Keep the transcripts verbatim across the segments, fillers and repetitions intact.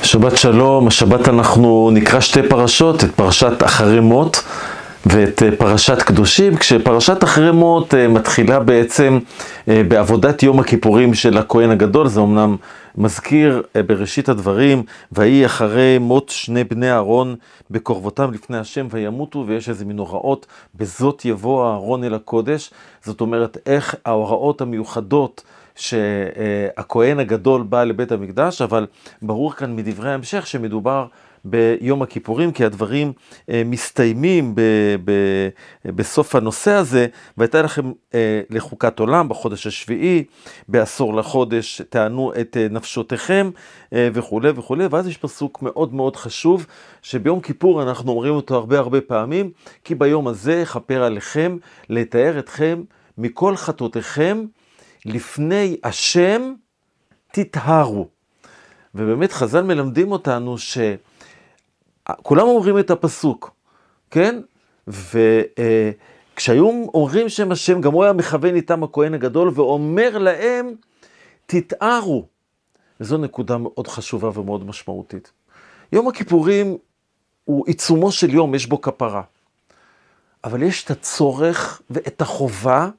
שבת שלום, השבת אנחנו נקרא שתי פרשות, את פרשת אחרי מות ואת פרשת קדושים, כשפרשת אחרי מות מתחילה בעצם בעבודת יום הכיפורים של הכהן הגדול. זה אמנם מזכיר בראשית הדברים, ויהי אחרי מות שני בני אהרון בקרבותם לפני השם וימותו, ויש איזה מין הוראות, בזאת יבוא אהרון אל הקודש. זאת אומרת, איך ההוראות המיוחדות שהכהן הגדול בא לבית המקדש, אבל ברור כאן מדברי ההמשך שמדובר ביום הכיפורים, כי הדברים אה, מסתיימים ב, ב, בסוף הנושא הזה. והייתה לכם אה, לחוקת עולם בחודש השביעי, בעשור לחודש תענו את אה, נפשותיכם אה, וכו' וכו'. ואז יש פסוק מאוד מאוד חשוב, שביום כיפור אנחנו אומרים אותו הרבה הרבה פעמים, כי ביום הזה יכפר עליכם לתאר אתכם מכל חטאותיכם, לפני השם תטהרו. ובאמת חז"ל מלמדים אותנו שכולם אומרים את הפסוק, כן? וכשהיו אומרים שם השם, גם הוא היה מכוון איתם הכהן הגדול, ואומר להם תטהרו. וזו נקודה מאוד חשובה ומאוד משמעותית. יום הכיפורים הוא עיצומו של יום, יש בו כפרה. אבל יש את הצורך ואת החובה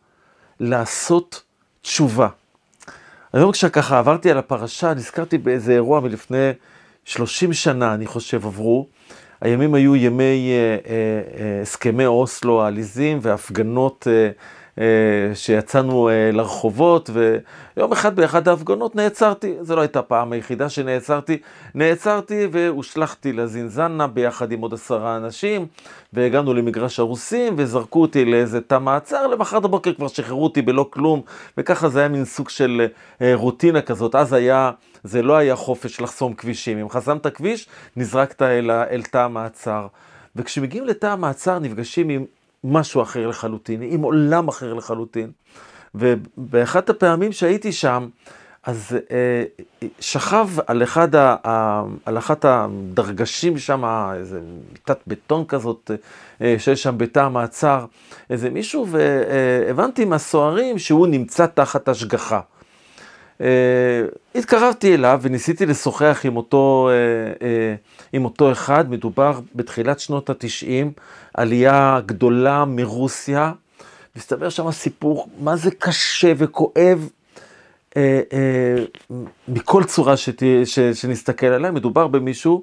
לעשות תשובה. היום כשככה עברתי על הפרשה, נזכרתי באיזה אירוע מלפני שלושים שנה, אני חושב, עברו. הימים היו ימי אה, אה, הסכמי אוסלו העליזים והפגנות אה, אה, שיצאנו אה, לרחובות, ויום אחד באחד ההפגנות נעצרתי. זו לא הייתה פעם היחידה שנעצרתי. נעצרתי והושלחתי לזינזנה ביחד עם עוד עשרה אנשים, והגענו למגרש הרוסים וזרקו אותי לאיזה תא מעצר. למחרת הבוקר כבר שחררו אותי בלא כלום, וככה זה היה מין סוג של אה, רוטינה כזאת. אז היה, זה לא היה חופש לחסום כבישים. אם חסמת כביש, נזרקת אל, אל תא המעצר. וכשמגיעים לתא המעצר נפגשים עם משהו אחר לחלוטין, עם עולם אחר לחלוטין. ובאחת הפעמים שהייתי שם, אז אה, שכב על אחד ה, ה, על אחת הדרגשים שם, איזה מיטת בטון כזאת, אה, שיש שם בתא המעצר, איזה מישהו, והבנתי מהסוהרים שהוא נמצא תחת השגחה. Uh, התקרבתי אליו וניסיתי לשוחח עם אותו, uh, uh, עם אותו אחד. מדובר בתחילת שנות התשעים, עלייה גדולה מרוסיה, מסתבר שם סיפור מה זה קשה וכואב uh, uh, מכל צורה שת, ש, שנסתכל עליה. מדובר במישהו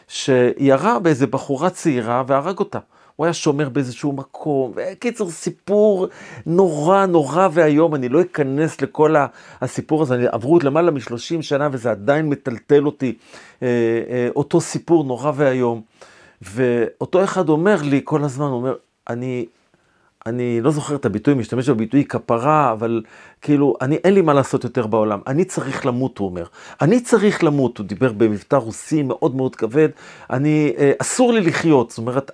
שירה באיזה בחורה צעירה והרג אותה. הוא היה שומר באיזשהו מקום, וקיצר סיפור נורא נורא והיום, אני לא אכנס לכל הסיפור הזה, אני עברו למעלה משלושים שנה וזה עדיין מטלטל אותי, אותו סיפור נורא והיום. ואותו אחד אומר לי כל הזמן, הוא אומר, אני, אני לא זוכר את הביטוי, משתמש בביטוי כפרה, אבל כאילו, אני, אין לי מה לעשות יותר בעולם, אני צריך למות, הוא אומר. אני צריך למות, הוא דיבר במבטא רוסי מאוד מאוד כבד, אני, אסור לי לחיות, זאת אומרת,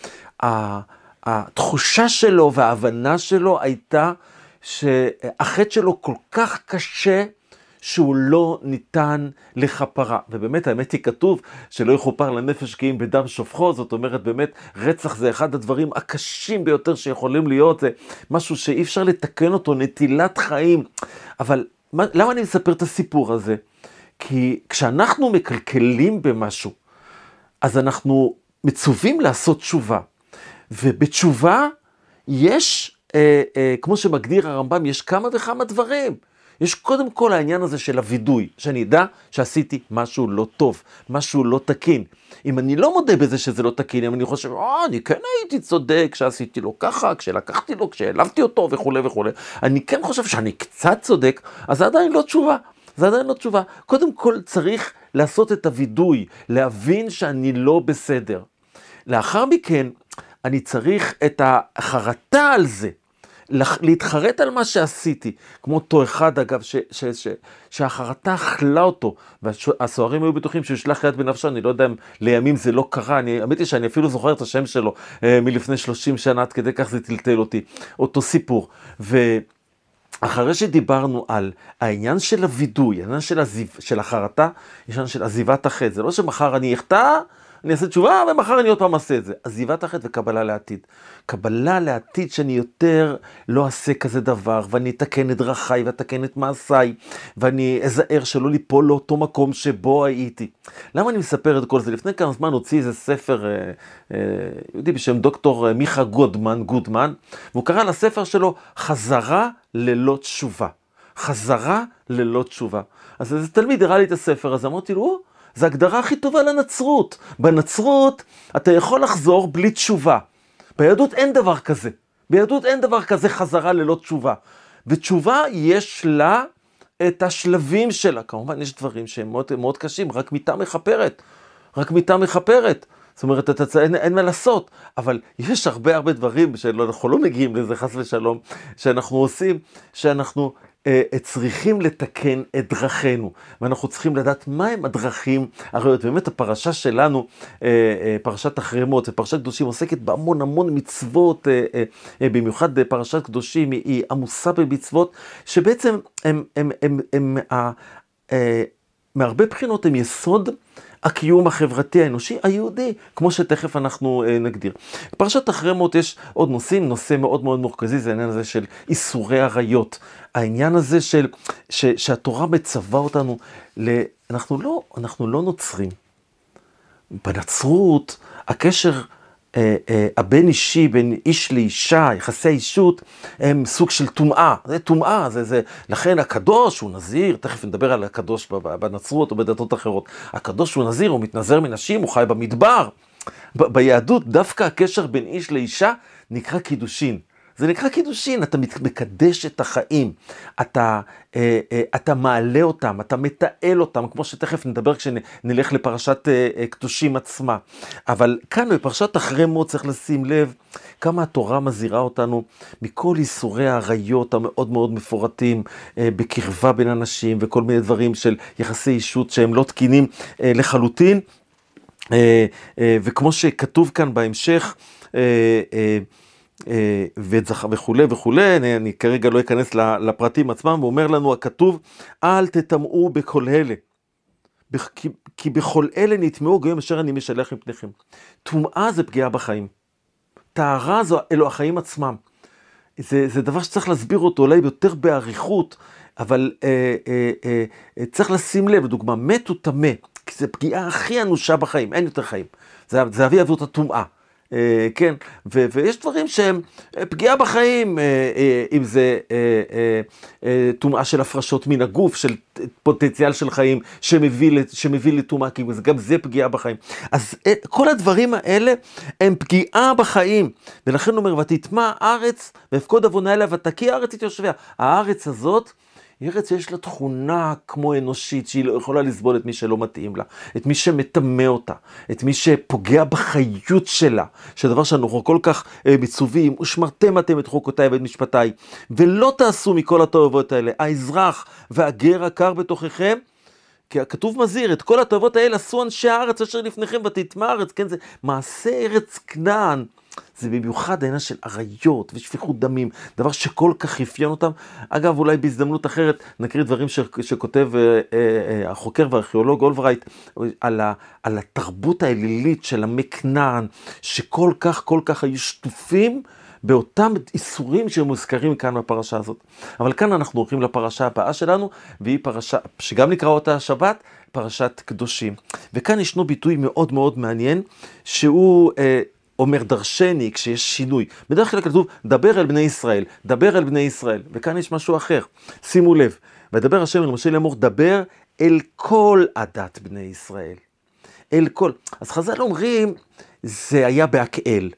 התחושה שלו וההבנה שלו הייתה שהחטא שלו כל כך קשה שהוא לא ניתן לכפרה. ובאמת האמת היא כתוב שלא יכופר לנפש כי אם בדם שופכו. זאת אומרת באמת רצח זה אחד הדברים הקשים ביותר שיכולים להיות, זה משהו שאי אפשר לתקן אותו, נטילת חיים. אבל מה, למה אני מספר את הסיפור הזה? כי כשאנחנו מקלקלים במשהו, אז אנחנו מצווים לעשות תשובה. ובתשובה יש, אה, אה, כמו שמגדיר הרמב"ם, יש כמה וכמה דברים. יש קודם כל העניין הזה של הוידוי, שאני אדע שעשיתי משהו לא טוב, משהו לא תקין. אם אני לא מודה בזה שזה לא תקין, אם אני חושב, אה, אני כן הייתי צודק שעשיתי לו ככה, כשלקחתי לו, כשהעלבתי אותו וכו' וכו'. אני כן חושב שאני קצת צודק, אז זה עדיין לא תשובה. זה עדיין לא תשובה. קודם כל צריך לעשות את הוידוי, להבין שאני לא בסדר. לאחר מכן, אני צריך את החרטה על זה, להתחרט על מה שעשיתי, כמו אותו אחד אגב, ש, ש, ש, שהחרטה אכלה אותו, והסוהרים היו בטוחים שהוא ישלח יד בנפשו. אני לא יודע אם לימים זה לא קרה, אני אמרתי שאני אפילו זוכר את השם שלו אה, מלפני שלושים שנה, עד כדי כך זה טלטל אותי, אותו סיפור. ואחרי שדיברנו על העניין של הוידוי, העניין של, הזיו, של החרטה, העניין של עזיבת החטא, זה לא שמחר אני אחטא, אני אעשה תשובה, ומחר אני עוד פעם אעשה את זה. עזיבת החטא וקבלה לעתיד. קבלה לעתיד שאני יותר לא אעשה כזה דבר, ואני אתקן את דרכיי, ואתקן את מעשיי, ואני אזהר שלא ליפול לאותו מקום שבו הייתי. למה אני מספר את כל זה? לפני כמה זמן הוציא איזה ספר, אה, אה, יהודי בשם דוקטור מיכה גודמן, גודמן, והוא קרא לספר שלו, חזרה ללא תשובה. חזרה ללא תשובה. אז איזה תלמיד הראה לי את הספר, אז אמרתי לו, או, זו הגדרה הכי טובה לנצרות. בנצרות אתה יכול לחזור בלי תשובה. ביהדות אין דבר כזה. ביהדות אין דבר כזה חזרה ללא תשובה. ותשובה יש לה את השלבים שלה. כמובן יש דברים שהם מאוד, מאוד קשים, רק מיטה מחפרת. רק מיטה מחפרת. זאת אומרת, אתה, אין, אין מה לעשות. אבל יש הרבה הרבה דברים שאנחנו לא מגיעים לזה חס ושלום, שאנחנו עושים, שאנחנו צריכים לתקן את דרכינו, ואנחנו צריכים לדעת מהם הדרכים הראויות. באמת הפרשה שלנו, פרשת אחרי מות, ופרשת קדושים עוסקת בהמון המון מצוות, במיוחד פרשת קדושים היא עמוסה במצוות, שבעצם הם, הם, הם, הם, הם, מהרבה בחינות הם יסוד הקיום החברתי האנושי היהודי, כמו שתכף אנחנו אה, נגדיר. בפרשת אחרי מות יש עוד נושאים, נושא מאוד מאוד מרכזי, זה העניין הזה של איסורי עריות. העניין הזה של, ש, שהתורה מצווה אותנו, ל, אנחנו, לא, אנחנו לא נוצרים. בנצרות, הקשר אה, אה, הבין אישי, בין איש לאישה, יחסי האישות, הם סוג של טומאה. זה טומאה, זה, זה, לכן הקדוש הוא נזיר, תכף נדבר על הקדוש בנצרות או בדתות אחרות. הקדוש הוא נזיר, הוא מתנזר מנשים, הוא חי במדבר. ב- ביהדות דווקא הקשר בין איש לאישה נקרא קידושין. זה נקרא קידושין, אתה מקדש את החיים, אתה, אה, אה, אתה מעלה אותם, אתה מתעל אותם, כמו שתכף נדבר כשנלך לפרשת אה, קדושים עצמה. אבל כאן בפרשת אחרי מות צריך לשים לב כמה התורה מזהירה אותנו מכל איסורי העריות המאוד מאוד מפורטים, אה, בקרבה בין אנשים וכל מיני דברים של יחסי אישות שהם לא תקינים אה, לחלוטין. אה, אה, וכמו שכתוב כאן בהמשך, אה, אה, וכו' וכו', אני, אני כרגע לא אכנס לפרטים עצמם, הוא אומר לנו הכתוב, אל תטמאו בכל אלה, כי, כי בכל אלה נטמאו גויים אשר אני משלח מפניכם. טומאה זה פגיעה בחיים, טהרה זו אלו החיים עצמם. זה, זה דבר שצריך להסביר אותו אולי יותר בעריכות, אבל אה, אה, אה, צריך לשים לב, לדוגמה, מת הוא טמא, כי זה פגיעה הכי אנושה בחיים, אין יותר חיים, זה, זה אבי אבות הטומאה. Uh, כן, ו- ויש דברים שהם uh, פגיעה בחיים, uh, uh, אם זה טומאה uh, uh, uh, של הפרשות מן הגוף, של פוטנציאל של חיים שמביא, שמביא לטומאה, כי גם זה פגיעה בחיים. אז uh, כל הדברים האלה הם פגיעה בחיים, ולכן הוא אומר, ותטמא הארץ, והפקוד עוונה אליה, ותקיא הארץ את יושביה. הארץ הזאת, היא ארץ שיש לה תכונה כמו אנושית, שהיא לא יכולה לסבול את מי שלא מתאים לה, את מי שמטמא אותה, את מי שפוגע בחיות שלה, שדבר שאנחנו כל כך אה, מצווים, ושמרתם אתם את חוקותיי ואת משפטיי, ולא תעשו מכל התועבות האלה, האזרח והגר הקר בתוככם, כי הכתוב מזהיר, את כל התועבות האלה עשו אנשי הארץ אשר לפניכם ותטמא הארץ, כן, זה מעשה ארץ כנען, זה במיוחד העניין של עריות ושפיכות דמים, דבר שכל כך יפיין אותם. אגב, אולי בהזדמנות אחרת נקריא דברים ש, שכותב אה, אה, החוקר והארכיאולוג אולברייט, על, ה, על התרבות האלילית של עמי כנען, שכל כך כל כך היו שטופים באותם איסורים שמוזכרים כאן בפרשה הזאת. אבל כאן אנחנו הולכים לפרשה הבאה שלנו, והיא פרשה שגם נקרא אותה השבת, פרשת קדושים. וכאן ישנו ביטוי מאוד מאוד מעניין, שהוא אה, אומר דרשני כשיש שינוי. בדרך כלל כתוב, דבר אל בני ישראל, דבר אל בני ישראל. וכאן יש משהו אחר. שימו לב, ודבר השם אל משה לאמור, דבר אל כל עדת בני ישראל. אל כל. אז חז"ל אומרים, זה היה בהקהל.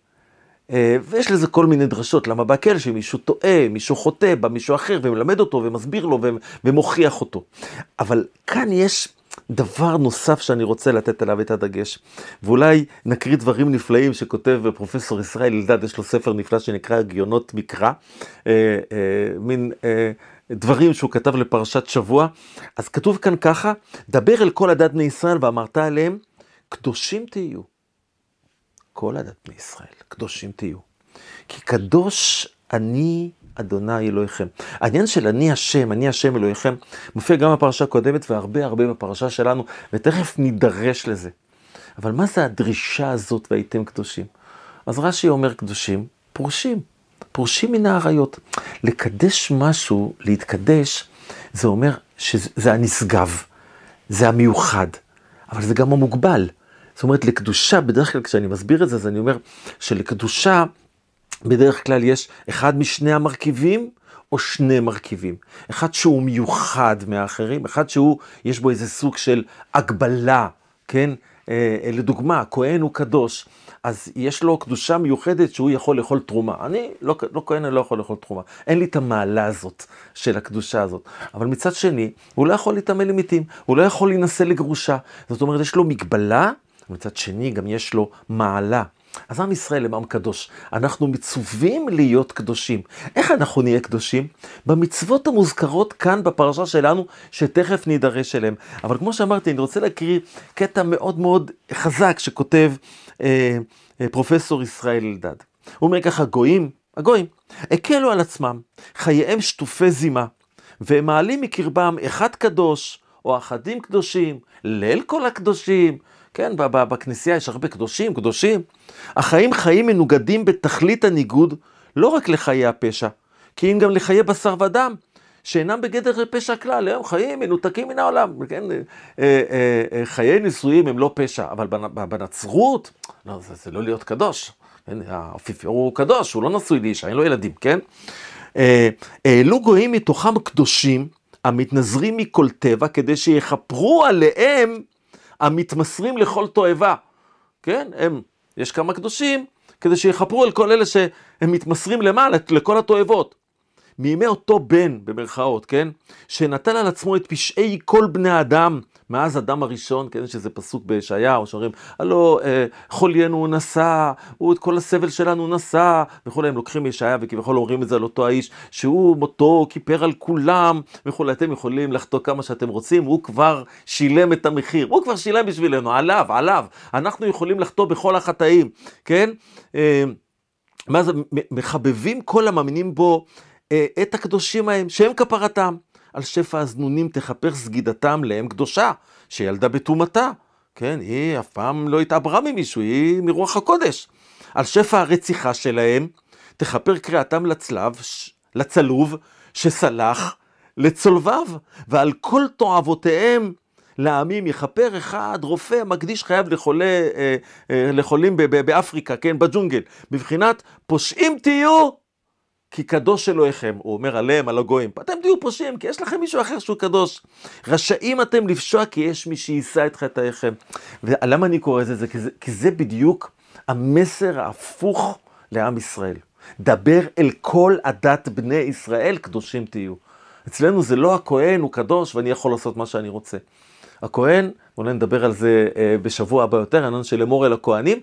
ויש לזה כל מיני דרשות, למה בהקהל שמישהו טועה, מישהו חוטא בה, מישהו אחר, ומלמד אותו ומסביר לו ומוכיח אותו. אבל כאן יש דבר נוסף שאני רוצה לתת עליו את הדגש, ואולי נקריא דברים נפלאים שכותב פרופסור ישראל אלדד, יש לו ספר נפלא שנקרא הגיונות מקרא, אה, אה, מין אה, דברים שהוא כתב לפרשת שבוע. אז כתוב כאן ככה, דבר אל כל עדת בני ישראל ואמרת עליהם, קדושים תהיו. כל עדת בני ישראל, קדושים תהיו. כי קדוש אני אדוני אלוהיכם. העניין של אני השם, אני השם אלוהיכם, מופיע גם בפרשה הקודמת והרבה הרבה בפרשה שלנו, ותכף נידרש לזה. אבל מה זה הדרישה הזאת והייתם קדושים? אז רש"י אומר קדושים, פורשים, פורשים מן האריות. לקדש משהו, להתקדש, זה אומר שזה הנשגב, זה המיוחד, אבל זה גם המוגבל. זאת אומרת, לקדושה, בדרך כלל כשאני מסביר את זה, אז אני אומר שלקדושה, בדרך כלל יש אחד משני המרכיבים, או שני מרכיבים. אחד שהוא מיוחד מהאחרים, אחד שהוא, יש בו איזה סוג של הגבלה, כן? אה, לדוגמה, כהן הוא קדוש, אז יש לו קדושה מיוחדת שהוא יכול לאכול תרומה. אני לא, לא כהן, אני לא יכול לאכול תרומה. אין לי את המעלה הזאת של הקדושה הזאת. אבל מצד שני, הוא לא יכול להתאמן למיתים, הוא לא יכול להינשא לגרושה. זאת אומרת, יש לו מגבלה, ומצד שני גם יש לו מעלה. אז עם ישראל הם עם קדוש. אנחנו מצווים להיות קדושים. איך אנחנו נהיה קדושים? במצוות המוזכרות כאן בפרשה שלנו, שתכף נידרש אליהם. אבל כמו שאמרתי, אני רוצה להקריא קטע מאוד מאוד חזק שכותב אה, אה, פרופסור ישראל אלדד. הוא אומר ככה, גויים, הגויים, הקלו על עצמם, חייהם שטופי זימה, והם מעלים מקרבם אחד קדוש, או אחדים קדושים, ליל כל הקדושים, כן, בכנסייה יש הרבה קדושים, קדושים. החיים חיים מנוגדים בתכלית הניגוד, לא רק לחיי הפשע, כי אם גם לחיי בשר ודם, שאינם בגדר פשע כלל, הם חיים מנותקים מן העולם. כן? חיי נישואים הם לא פשע, אבל בנצרות, לא, זה, זה לא להיות קדוש. כן? האפיפיור הוא קדוש, הוא לא נשוי לאישה, אין לו ילדים, כן? העלו גויים מתוכם קדושים, המתנזרים מכל טבע, כדי שיחפרו עליהם, המתמסרים לכל תועבה, כן? הם, יש כמה קדושים, כדי שיחפרו על כל אלה שהם מתמסרים למעלה, לכל התועבות. מימי אותו בן, במרכאות, כן? שנטל על עצמו את פשעי כל בני האדם, מאז אדם הראשון, כן? שזה פסוק בישעיהו, שאומרים, הלא, אה, חוליינו הוא נשא, הוא את כל הסבל שלנו נשא, וכל הם לוקחים מישעיה, וכביכול אומרים את זה על אותו האיש, שהוא מותו כיפר על כולם, וכל אתם יכולים לחטוא כמה שאתם רוצים, הוא כבר שילם את המחיר, הוא כבר שילם בשבילנו, עליו, עליו, אנחנו יכולים לחטוא בכל החטאים, כן? אה, מה זה, מחבבים כל המאמינים בו, את הקדושים ההם, שהם כפרתם. על שפע הזנונים תכפר סגידתם להם קדושה, שילדה בתומתה. כן, היא אף פעם לא התעברה ממישהו, היא מרוח הקודש. על שפע הרציחה שלהם תכפר קריאתם לצלב, לצלוב, שסלח לצולביו. ועל כל תועבותיהם לעמים יכפר אחד, רופא, מקדיש חייו לחולה, אה, אה, לחולים ב- ב- באפריקה, כן, בג'ונגל. בבחינת פושעים תהיו, כי קדוש אלוהיכם, הוא אומר עליהם, על הגויים, אתם תהיו פושעים, כי יש לכם מישהו אחר שהוא קדוש. רשאים אתם לפשוע, כי יש מי שיישא את חטאיכם. ולמה אני קורא את זה? כי זה, כי זה בדיוק המסר ההפוך לעם ישראל. דבר אל כל עדת בני ישראל, קדושים תהיו. אצלנו זה לא הכהן, הוא קדוש, ואני יכול לעשות מה שאני רוצה. הכהן, אולי נדבר על זה בשבוע הבא יותר, העניין של אמור אל הכהנים,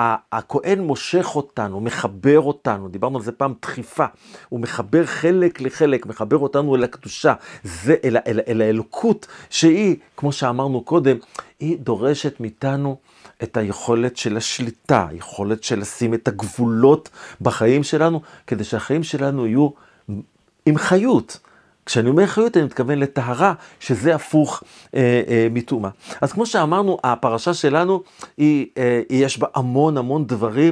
הכהן מושך אותנו, מחבר אותנו, דיברנו על זה פעם דחיפה, הוא מחבר חלק לחלק, מחבר אותנו אל הקדושה, זה אל, אל, אל האלוקות, שהיא, כמו שאמרנו קודם, היא דורשת מאיתנו את היכולת של השליטה, היכולת של לשים את הגבולות בחיים שלנו, כדי שהחיים שלנו יהיו עם חיות. כשאני אומר חיות, אני מתכוון לטהרה, שזה הפוך אה, אה, מתאומה. אז כמו שאמרנו, הפרשה שלנו, היא, אה, יש בה המון המון דברים,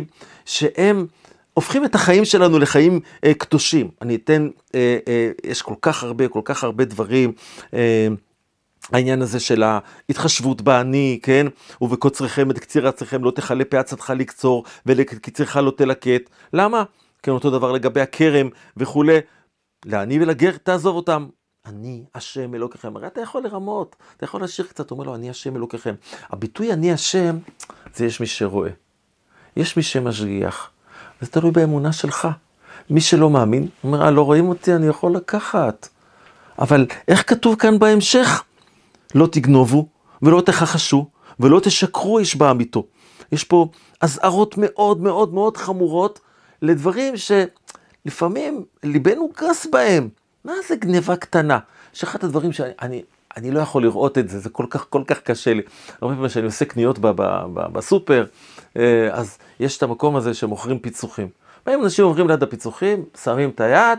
שהם הופכים את החיים שלנו לחיים אה, קדושים. אני אתן, אה, אה, יש כל כך הרבה, כל כך הרבה דברים, אה, העניין הזה של ההתחשבות בעני, כן? ובקוצריכם את קציר עצמכם, לא תחלה פאת לקצור, ולקצירך לא תלקט. למה? כן, אותו דבר לגבי הכרם וכו'. לעני ולגר תעזוב אותם. אני השם אלוקיכם. הרי אתה יכול לרמות, אתה יכול לשיר קצת, הוא אומר לו, אני השם אלוקיכם. הביטוי אני השם, זה יש מי שרואה. יש מי שמשגיח. זה תלוי באמונה שלך. מי שלא מאמין, הוא אומר, אה, לא רואים אותי, אני יכול לקחת. אבל איך כתוב כאן בהמשך? לא תגנובו, ולא תכחשו, ולא תשקרו איש בעמיתו. יש פה אזהרות מאוד מאוד מאוד חמורות, לדברים ש... לפעמים ליבנו גס בהם. מה זה גניבה קטנה? שאחד הדברים שאני אני, אני לא יכול לראות את זה, זה כל כך כל כך קשה לי. הרבה פעמים שאני עושה קניות ב, ב, ב, בסופר, אז יש את המקום הזה שמוכרים פיצוחים. באים אנשים עוברים ליד הפיצוחים, שמים את היד,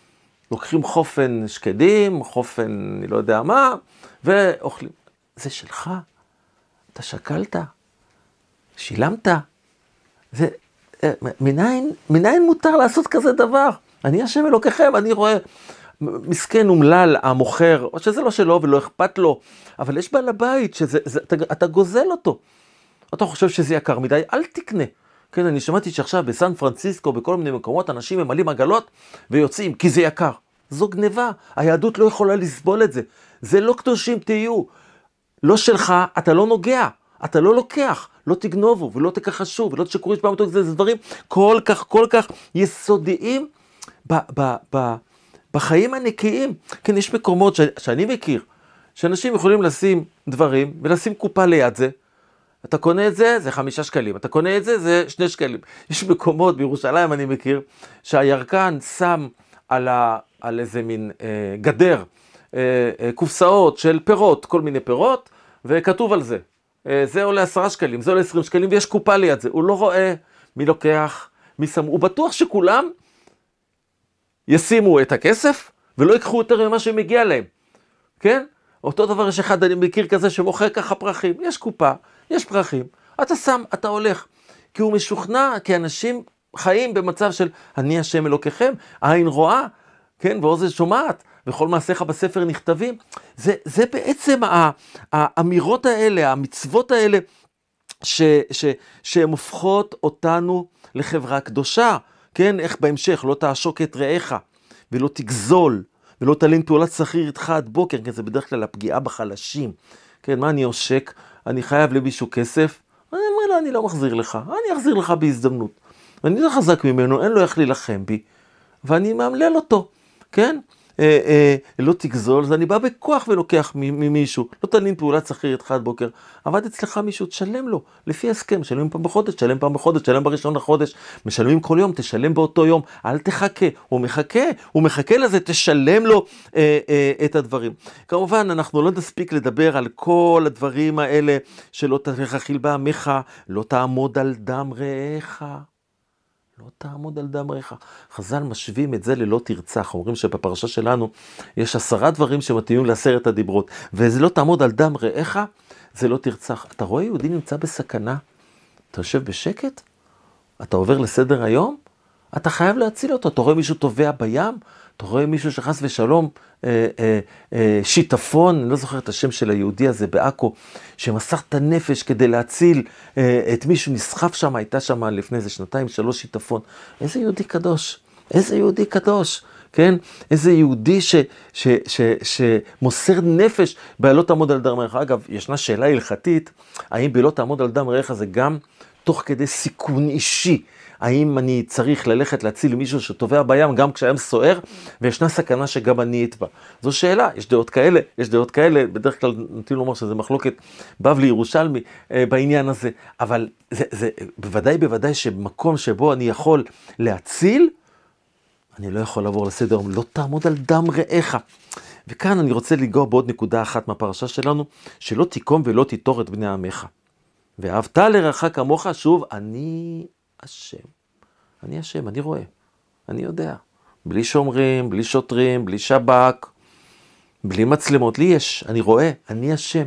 לוקחים חופן שקדים, חופן אני לא יודע מה, ואוכלים. זה שלך? אתה שקלת? שילמת? זה, מניין, מניין מותר לעשות כזה דבר? אני השם אלוקיכם, אני רואה מסכן אומלל המוכר, או שזה לא שלו ולא אכפת לו, אבל יש בעל הבית, שזה, זה, אתה, אתה גוזל אותו. אתה חושב שזה יקר מדי, אל תקנה. כן, אני שמעתי שעכשיו בסן פרנסיסקו, בכל מיני מקומות, אנשים ממלאים עגלות ויוצאים, כי זה יקר. זו גניבה, היהדות לא יכולה לסבול את זה. זה לא קדושים תהיו. לא שלך, אתה לא נוגע, אתה לא לוקח, לא תגנובו ולא תכחשו ולא תשקרו פעם אותו, זה, זה דברים כל כך, כל כך יסודיים ב, ב, ב, בחיים הנקיים. כן, יש מקומות ש, שאני מכיר, שאנשים יכולים לשים דברים ולשים קופה ליד זה, אתה קונה את זה, זה חמישה שקלים, אתה קונה את זה, זה שני שקלים. יש מקומות בירושלים, אני מכיר, שהירקן שם על, ה, על איזה מין אה, גדר, אה, אה, קופסאות של פירות, כל מיני פירות, וכתוב על זה. אה, זה עולה עשרה שקלים, זה עולה עשרים שקלים, ויש קופה ליד זה. הוא לא רואה מי לוקח, מי שם, הוא בטוח שכולם ישימו את הכסף, ולא ייקחו יותר ממה שמגיע להם. כן? אותו דבר יש אחד, אני מכיר כזה שמוכר ככה פרחים, יש קופה, יש פרחים, אתה שם, אתה הולך, כי הוא משוכנע, כי אנשים חיים במצב של אני השם אלוקיכם, העין רואה, כן, ואוזן שומעת, וכל מעשיך בספר נכתבים. זה, זה בעצם האמירות האלה, המצוות האלה, ש, ש, שהן הופכות אותנו לחברה קדושה, כן, איך בהמשך, לא תעשוק את רעך, ולא תגזול, ולא תלין פעולת שכיר איתך עד בוקר, כי זה בדרך כלל הפגיעה בחלשים. כן, מה אני עושק? אני חייב למישהו כסף? אני אומר לו, אני לא מחזיר לך, אני אחזיר לך בהזדמנות. ואני לא חזק ממנו, אין לו איך להילחם בי, ואני מאמלל אותו, כן? אה, אה, לא תגזול, אז אני בא בכוח ולוקח ממישהו, לא תלין פעולת שכיר איתך עד בוקר, עבד אצלך מישהו, תשלם לו, לפי הסכם, משלמים פעם בחודש, תשלם פעם בחודש, תשלם בראשון לחודש, משלמים כל יום, תשלם באותו יום, אל תחכה, הוא מחכה, הוא מחכה לזה, תשלם לו אה, אה, את הדברים. כמובן, אנחנו לא נספיק לדבר על כל הדברים האלה, שלא תאכיל בעמך, לא תעמוד על דם רעך. לא תעמוד על דם רעך. חז"ל משווים את זה ללא תרצח. אומרים שבפרשה שלנו יש עשרה דברים שמתאימים לעשרת הדיברות, וזה לא תעמוד על דם רעך, זה לא תרצח. אתה רואה יהודי נמצא בסכנה, אתה יושב בשקט, אתה עובר לסדר היום, אתה חייב להציל אותו. אתה רואה מישהו טובע בים, אתה רואה מישהו שחס ושלום, אה, אה, אה, שיטפון, אני לא זוכר את השם של היהודי הזה בעכו, שמסך את הנפש כדי להציל אה, את מישהו, נסחף שם, הייתה שם לפני איזה שנתיים, שלוש שיטפון. איזה יהודי קדוש, איזה יהודי קדוש, כן? איזה יהודי ש, ש, ש, ש, שמוסר נפש בלא תעמוד על דם רעך. אגב, ישנה שאלה הלכתית, האם בלא תעמוד על דם רעך זה גם תוך כדי סיכון אישי? האם אני צריך ללכת להציל מישהו שטובע בים גם כשהים סוער, וישנה סכנה שגם אני אטבע? זו שאלה, יש דעות כאלה, יש דעות כאלה, בדרך כלל נוטים לומר שזה מחלוקת בבלי ירושלמי אה, בעניין הזה, אבל זה, זה בוודאי בוודאי שבמקום שבו אני יכול להציל, אני לא יכול לעבור לסדר, לא תעמוד על דם רעך. וכאן אני רוצה לגוע בעוד נקודה אחת מהפרשה שלנו, שלא תיקום ולא תיטור את בני עמך. ואהבת לרעך כמוך, שוב, אני השם. אני השם, אני רואה, אני יודע. בלי שומרים, בלי שוטרים, בלי שב"כ, בלי מצלמות, לי יש, אני רואה, אני השם.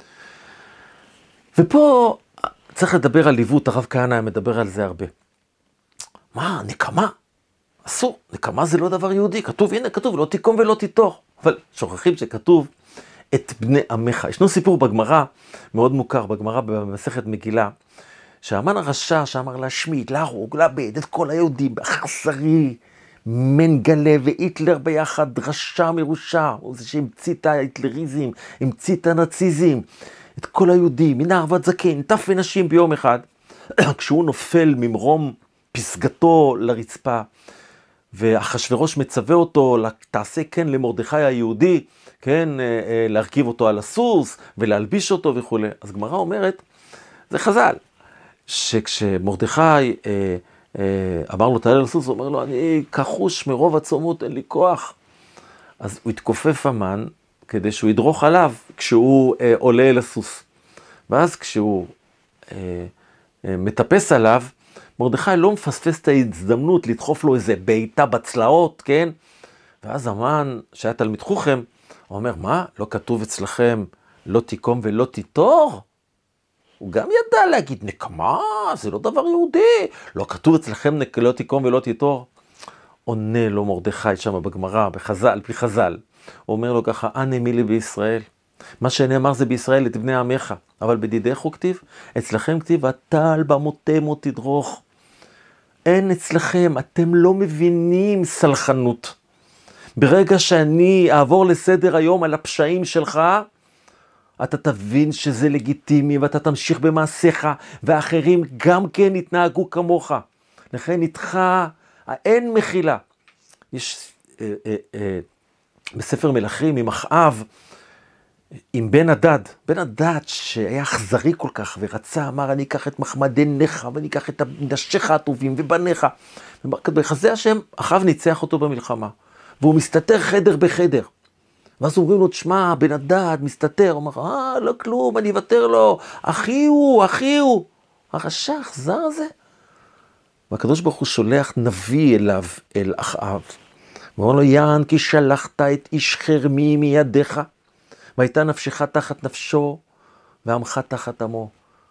ופה צריך לדבר על ליוות, הרב כהנא מדבר על זה הרבה. מה, נקמה? אסור, נקמה זה לא דבר יהודי, כתוב, הנה כתוב, לא תיקום ולא תיטור. אבל שוכחים שכתוב את בני עמך. ישנו סיפור בגמרא, מאוד מוכר, בגמרא במסכת מגילה, שהמן הרשע שאמר להשמיד, להרוג, לאבד את כל היהודים, באכזרי, מנגלה והיטלר ביחד, רשע מרושע, הוא זה שהמציא את ההיטלריזם, המציא את הנאציזם, את כל היהודים, מנער ועד זקן, טף ונשים ביום אחד, כשהוא נופל ממרום פסגתו לרצפה, ואחשוורוש מצווה אותו, תעשה כן למרדכי היהודי, כן, להרכיב אותו על הסוס, ולהלביש אותו וכו'. אז גמרא אומרת, זה חז"ל, שכשמרדכי אה, אה, אמר לו תעלה לסוס, הוא אומר לו, אני כחוש מרוב הצומות, אין לי כוח. אז הוא התכופף המן, כדי שהוא ידרוך עליו, כשהוא אה, עולה אל הסוס. ואז כשהוא אה, אה, מטפס עליו, מרדכי לא מפספס את ההזדמנות לדחוף לו איזה בעיטה בצלעות, כן? ואז המן, שהיה תלמיד חוכם, הוא אומר, מה? לא כתוב אצלכם, לא תיקום ולא תיטור? הוא גם ידע להגיד נקמה, זה לא דבר יהודי. לא כתוב אצלכם לא תיקום ולא תיטור. עונה לו מרדכי שם בגמרא, בחז"ל, על פי חז"ל. הוא אומר לו ככה, אנא מי לי בישראל. מה שנאמר זה בישראל את בני עמך, אבל בדידך הוא כתיב, אצלכם כתיב, אתה על במותם או תדרוך. אין אצלכם, אתם לא מבינים סלחנות. ברגע שאני אעבור לסדר היום על הפשעים שלך, אתה תבין שזה לגיטימי, ואתה תמשיך במעשיך, ואחרים גם כן יתנהגו כמוך. לכן איתך, אין מחילה. יש אה, אה, אה, בספר מלכים עם אחאב, עם בן הדד, בן הדד שהיה אכזרי כל כך, ורצה, אמר, אני אקח את מחמדניך, ואני אקח את נשיך הטובים, ובניך. בחסדי השם, אחאב ניצח אותו במלחמה, והוא מסתתר חדר בחדר. ואז אומרים לו, תשמע, בן הדד מסתתר, הוא אומר, אה, לא כלום, אני אוותר לו, אחי הוא, אחי הוא. הרשע, האכזר הזה. והקדוש ברוך הוא שולח נביא אליו, אל אחאב. ואומר לו, יען כי שלחת את איש חרמי מידיך, והייתה נפשך תחת נפשו, ועמך תחת עמו.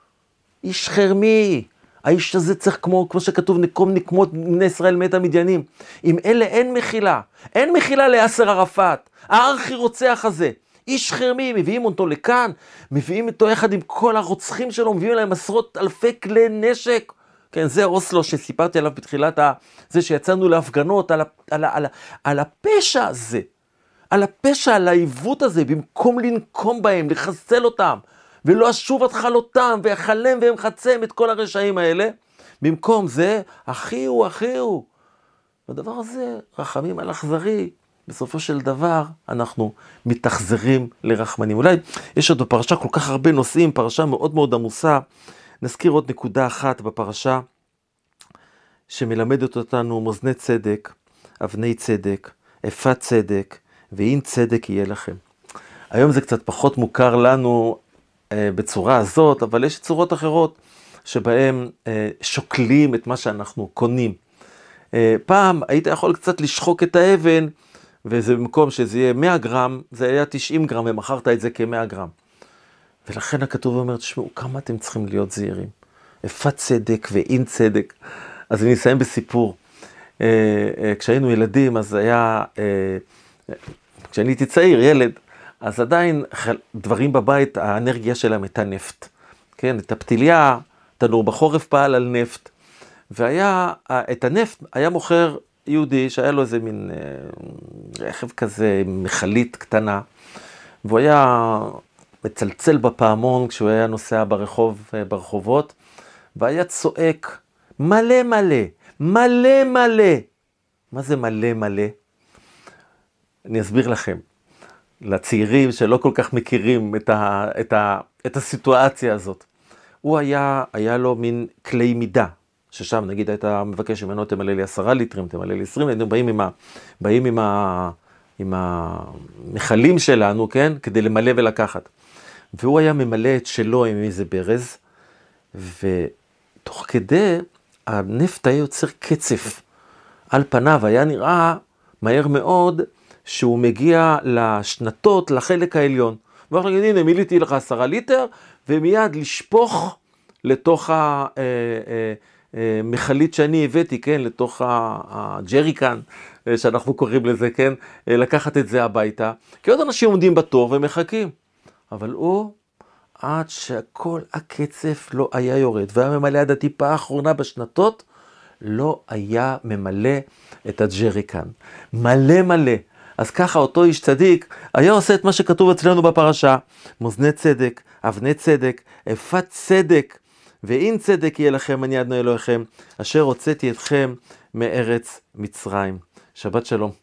איש חרמי, האיש הזה צריך כמו, כמו שכתוב, נקום נקמות בני ישראל מת המדיינים. עם אלה אין מחילה, אין מחילה ליאסר ערפאת, הארכי רוצח הזה. איש חרמי, מביאים אותו לכאן, מביאים אותו יחד עם כל הרוצחים שלו, מביאים להם עשרות אלפי כלי נשק. כן, זה אוסלו שסיפרתי עליו בתחילת ה... זה שיצאנו להפגנות על, ה... על, ה... על, ה... על הפשע הזה. על הפשע, על העיוות הזה, במקום לנקום בהם, לחסל אותם, ולא אשוב את חלותם, ויחלם והם חצם את כל הרשעים האלה, במקום זה, אחי הוא, אחי הוא. הדבר הזה, רחמים על אכזרי, בסופו של דבר, אנחנו מתאכזרים לרחמנים. אולי יש עוד בפרשה כל כך הרבה נושאים, פרשה מאוד מאוד עמוסה, נזכיר עוד נקודה אחת בפרשה, שמלמדת אותנו מאזני צדק, אבני צדק, אפת צדק, ואין צדק יהיה לכם. היום זה קצת פחות מוכר לנו אה, בצורה הזאת, אבל יש צורות אחרות שבהם אה, שוקלים את מה שאנחנו קונים. אה, פעם היית יכול קצת לשחוק את האבן, וזה במקום שזה יהיה מאה גרם, זה היה תשעים גרם, ומכרת את זה כ-מאה גרם. ולכן הכתוב אומר, תשמעו, כמה אתם צריכים להיות זהירים. אפת צדק ואין צדק. אז אני אסיים בסיפור. אה, אה, כשהיינו ילדים, אז היה... אה, כשאני הייתי צעיר, ילד, אז עדיין דברים בבית, האנרגיה שלהם הייתה נפט. כן, את הפתיליה, תנור בחורף פעל על נפט. והיה, את הנפט היה מוכר יהודי שהיה לו איזה מין אה, רכב כזה, מכלית קטנה, והוא היה מצלצל בפעמון כשהוא היה נוסע ברחוב, ברחובות, והיה צועק, מלא מלא, מלא מלא. מה זה מלא מלא? אני אסביר לכם, לצעירים שלא כל כך מכירים את, ה, את, ה, את הסיטואציה הזאת. הוא היה, היה לו מין כלי מידה, ששם נגיד היית מבקש ממנו, תמלא לי עשרה ליטרים, תמלא לי עשרים, היינו באים עם, ה, באים עם, ה, עם המחלים שלנו, כן? כדי למלא ולקחת. והוא היה ממלא את שלו עם איזה ברז, ותוך כדי הנפט היה יוצר קצף. על פניו היה נראה מהר מאוד, שהוא מגיע לשנתות, לחלק העליון. והוא אומר, הנה, מיליתי לך עשרה ליטר, ומיד לשפוך לתוך המחלית שאני הבאתי, כן, לתוך הג'ריקן, שאנחנו קוראים לזה, כן, לקחת את זה הביתה. כי עוד אנשים עומדים בתור ומחכים. אבל הוא, עד שכל הקצף לא היה יורד, והיה ממלא עד הטיפה האחרונה בשנתות, לא היה ממלא את הג'ריקן. מלא מלא. אז ככה אותו איש צדיק היה עושה את מה שכתוב אצלנו בפרשה, מאזני צדק, אבני צדק, אפת צדק, ואין צדק יהיה לכם, אני אדוני אלוהיכם, אשר הוצאתי אתכם מארץ מצרים. שבת שלום.